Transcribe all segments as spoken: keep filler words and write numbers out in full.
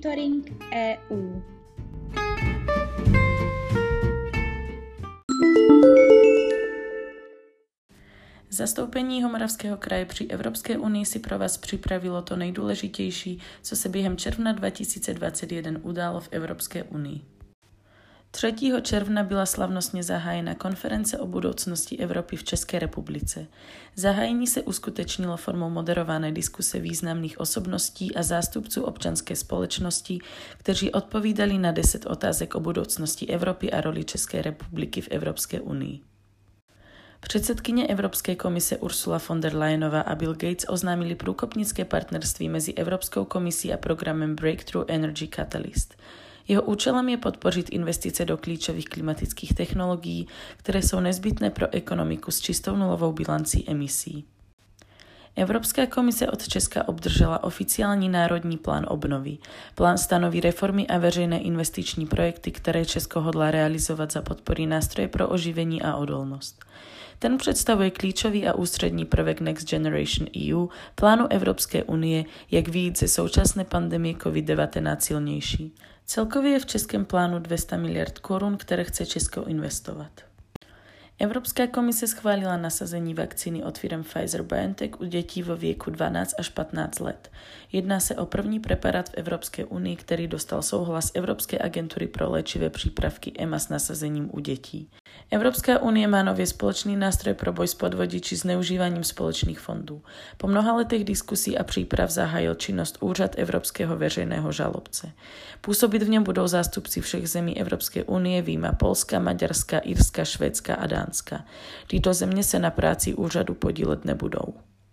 Monitoring E U. Zastoupení Jihomoravského kraje při Evropské unii si pro vás připravilo to nejdůležitější, co se během června dva tisíce dvacet jedna událo v Evropské unii. třetího června byla slavnostně zahájena konference o budoucnosti Evropy v České republice. Zahájení se uskutečnilo formou moderované diskuse významných osobností a zástupců občanské společnosti, kteří odpovídali na deset otázek o budoucnosti Evropy a roli České republiky v Evropské unii. Předsedkyně Evropské komise Ursula von der Leyenová a Bill Gates oznámili průkopnické partnerství mezi Evropskou komisí a programem Breakthrough Energy Catalyst. Jeho účelem je podpořit investice do klíčových klimatických technologií, které jsou nezbytné pro ekonomiku s čistou nulovou bilancí emisí. Evropská komise od Česka obdržela oficiální národní plán obnovy. Plán stanoví reformy a veřejné investiční projekty, které Česko hodlá realizovat za podpory nástroje pro oživení a odolnost. Ten představuje klíčový a ústřední prvek Next Generation E U, plánu Evropské unie, jak vyjít ze současné pandemie covid devatenáct silnější. Celkově je v českém plánu dvě stě miliard korun, které chce Česko investovat. Evropská komise schválila nasazení vakcíny od firem Pfizer-BioNTech u dětí ve věku dvanáct až patnáct let. Jedná se o první preparát v Evropské unii, který dostal souhlas Evropské agentury pro léčivé přípravky E M A s nasazením u dětí. Evropská unie má nově společný nástroj pro boj s podvody či zneužíváním společných fondů. Po mnoha letech diskusí a příprav zahájil činnost Úřad Evropského veřejného žalobce. Působit v něm budou zástupci všech zemí Evropské unie vyjma Polska, Maďarska, Irska, Švédska a Dánska. Tyto země se na práci úřadu podílet nebudou.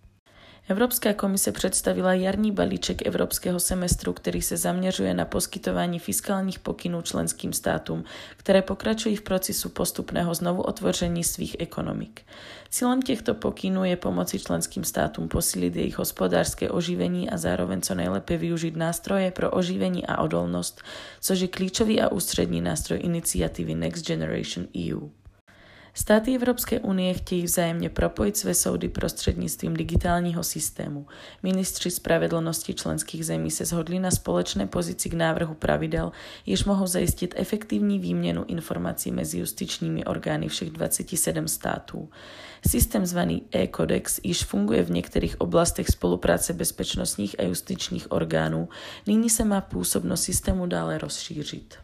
Evropská komise představila jarní balíček evropského semestru, který se zaměřuje na poskytování fiskálních pokynů členským státům, které pokračují v procesu postupného znovuotvoření svých ekonomik. Cílem těchto pokynů je pomoci členským státům posílit jejich hospodářské oživení a zároveň co nejlépe využít nástroje pro oživení a odolnost, což je klíčový a ústřední nástroj iniciativy Next Generation E U. Státy Evropské unie chtějí vzájemně propojit své soudy prostřednictvím digitálního systému. Ministři spravedlnosti členských zemí se shodli na společné pozici k návrhu pravidel, jež mohou zajistit efektivní výměnu informací mezi justičními orgány všech dvaceti sedmi států. Systém zvaný e-kodex již funguje v některých oblastech spolupráce bezpečnostních a justičních orgánů, nyní se má působnost systému dále rozšířit.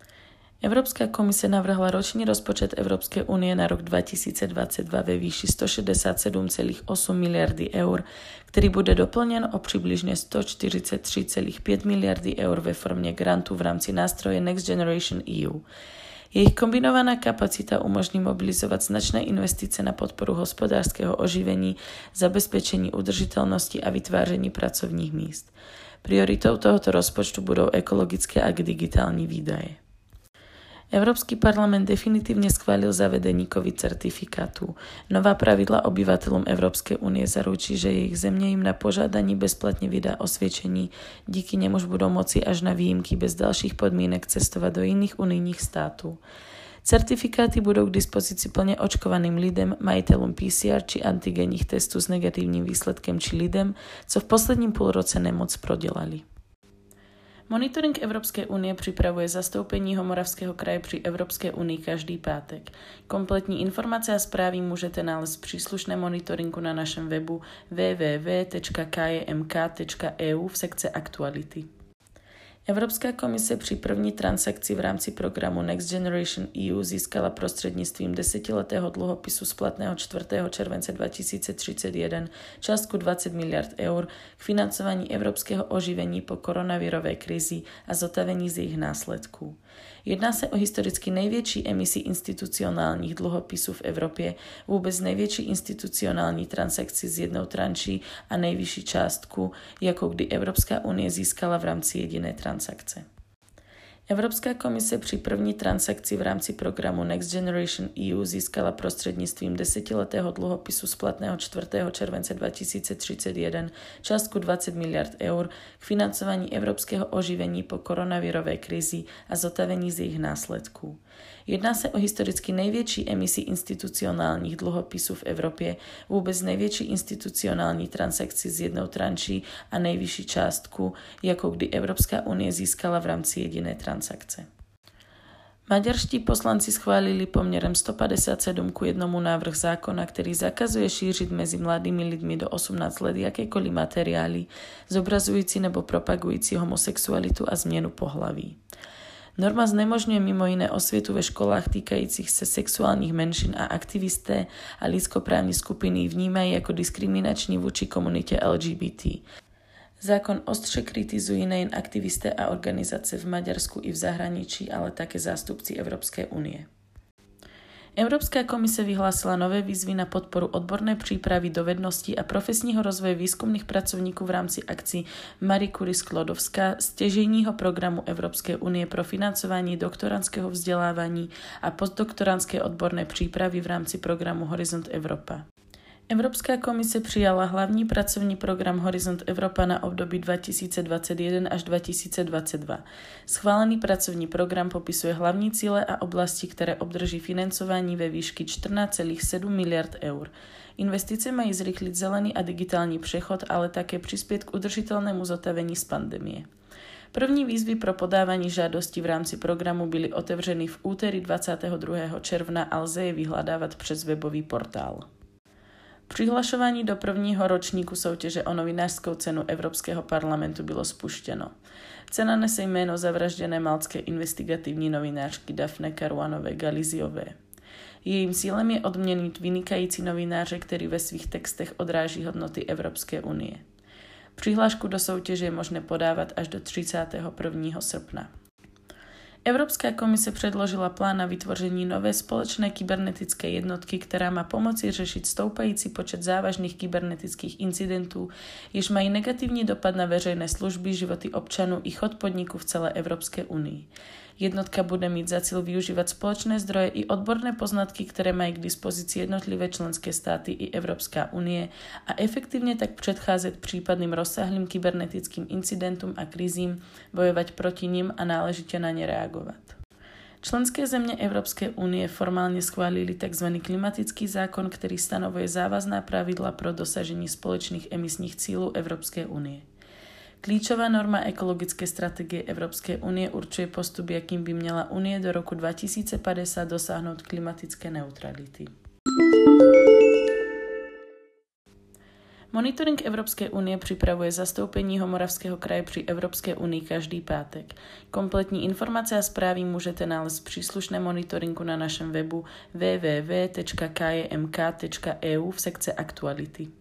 Evropská komise navrhla roční rozpočet Evropské unie na rok dva tisíce dvacet dva ve výši sto šedesát sedm celá osm miliardy eur, který bude doplněn o přibližně sto čtyřicet tři celá pět miliardy eur ve formě grantů v rámci nástroje Next Generation E U. Jejich kombinovaná kapacita umožní mobilizovat značné investice na podporu hospodářského oživení, zabezpečení udržitelnosti a vytváření pracovních míst. Prioritou tohoto rozpočtu budou ekologické a digitální výdaje. Evropský parlament definitivně schválil zavedení COVID certifikátů. Nová pravidla obyvatelům Evropské unie zaručí, že jejich země jim na požádání bezplatně vydá osvědčení, díky němuž budou moci až na výjimky bez dalších podmínek cestovat do jiných unijních států. Certifikáty budou k dispozici plně očkovaným lidem, majitelům P C R či antigenních testů s negativním výsledkem či lidem, co v posledním půlroce nemoc prodělali. Monitoring Evropské unie připravuje zastoupení Jihomoravského kraje při Evropské unii každý pátek. Kompletní informace a zprávy můžete nalézt v příslušném monitoringu na našem webu w w w tečka k j m k tečka e u v sekci Aktuality. Evropská komise při první transakci v rámci programu Next Generation E U získala prostřednictvím desetiletého dluhopisu splatného čtvrtého července dva tisíce třicet jedna částku dvacet miliard eur k financování evropského oživení po koronavirové krizi a zotavení z jejich následků. Jedná se o historicky největší emisi institucionálních dluhopisů v Evropě, vůbec největší institucionální transakci s jednou tranší a nejvyšší částku, jakou kdy Evropská unie získala v rámci jediné transakce. Evropská komise při první transakci v rámci programu Next Generation E U získala prostřednictvím desetiletého dluhopisu splatného čtvrtého července dva tisíce třicet jedna částku dvacet miliard eur k financování evropského oživení po koronavirové krizi a zotavení z jejich následků. Jedná se o historicky největší emisi institucionálních dluhopisů v Evropě, vůbec největší institucionální transakci s jednou tranší a nejvyšší částku, jakou kdy Evropská unie získala v rámci jediné transakce. Maďarští poslanci schválili poměrem sto padesát sedm ku jednomu návrh zákona, který zakazuje šířit mezi mladými lidmi do osmnácti let jakékoliv materiály zobrazující nebo propagující homosexualitu a změnu pohlaví. Norma znemožňuje mimo jiné osvětu ve školách týkajících se sexuálních menšin a aktivisté a lidskoprávní skupiny vnímají jako diskriminační vůči komunitě L G B T. Zákon ostře kritizují nejen aktivisté a organizace v Maďarsku i v zahraničí, ale také zástupci Evropské unie. Evropská komise vyhlásila nové výzvy na podporu odborné přípravy dovedností a profesního rozvoje výzkumných pracovníků v rámci akcí Marie Curie Sklodowska, stěžejního programu Evropské unie pro financování doktorandského vzdělávání a postdoktorandské odborné přípravy v rámci programu Horizont Evropa. Evropská komise přijala hlavní pracovní program Horizont Evropa na období dva tisíce dvacet jedna až dva tisíce dvacet dva. Schválený pracovní program popisuje hlavní cíle a oblasti, které obdrží financování ve výšky čtrnáct celá sedm miliard eur. Investice mají zrychlit zelený a digitální přechod, ale také přispět k udržitelnému zotavení z pandemie. První výzvy pro podávání žádostí v rámci programu byly otevřeny v úterý dvacátého druhého června a lze je vyhledávat přes webový portál. Přihlašování do prvního ročníku soutěže o novinářskou cenu Evropského parlamentu bylo spuštěno. Cena nese jméno zavražděné maltské investigativní novinářky Daphne Caruanové Galiziové. Jejím cílem je odměnit vynikající novináře, který ve svých textech odráží hodnoty Evropské unie. Přihlášku do soutěže je možné podávat až do třicátého prvního srpna. Evropská komise předložila plán na vytvoření nové společné kybernetické jednotky, která má pomoci řešit stoupající počet závažných kybernetických incidentů, jež mají negativní dopad na veřejné služby, životy občanů i chod podniků v celé Evropské unii. Jednotka bude mít za cíl využívat společné zdroje i odborné poznatky, které mají k dispozici jednotlivé členské státy i Evropská unie a efektivně tak předcházet případným rozsáhlým kybernetickým incidentům a krizím, bojovat proti nim a náležitě na ně reagovat. Členské země Evropské unie formálně schválili tzv. Klimatický zákon, který stanovuje závazná pravidla pro dosažení společných emisních cílů Evropské unie. Klíčová norma ekologické strategie Evropské unie určuje postup, jakým by měla Unie do roku dva tisíce padesát dosáhnout klimatické neutrality. Monitoring Evropské unie připravuje zastoupení Moravského kraje při Evropské unii každý pátek. Kompletní informace a zprávy můžete nalézt v příslušném monitoringu na našem webu w w w tečka k j m k tečka e u v sekci Aktuality.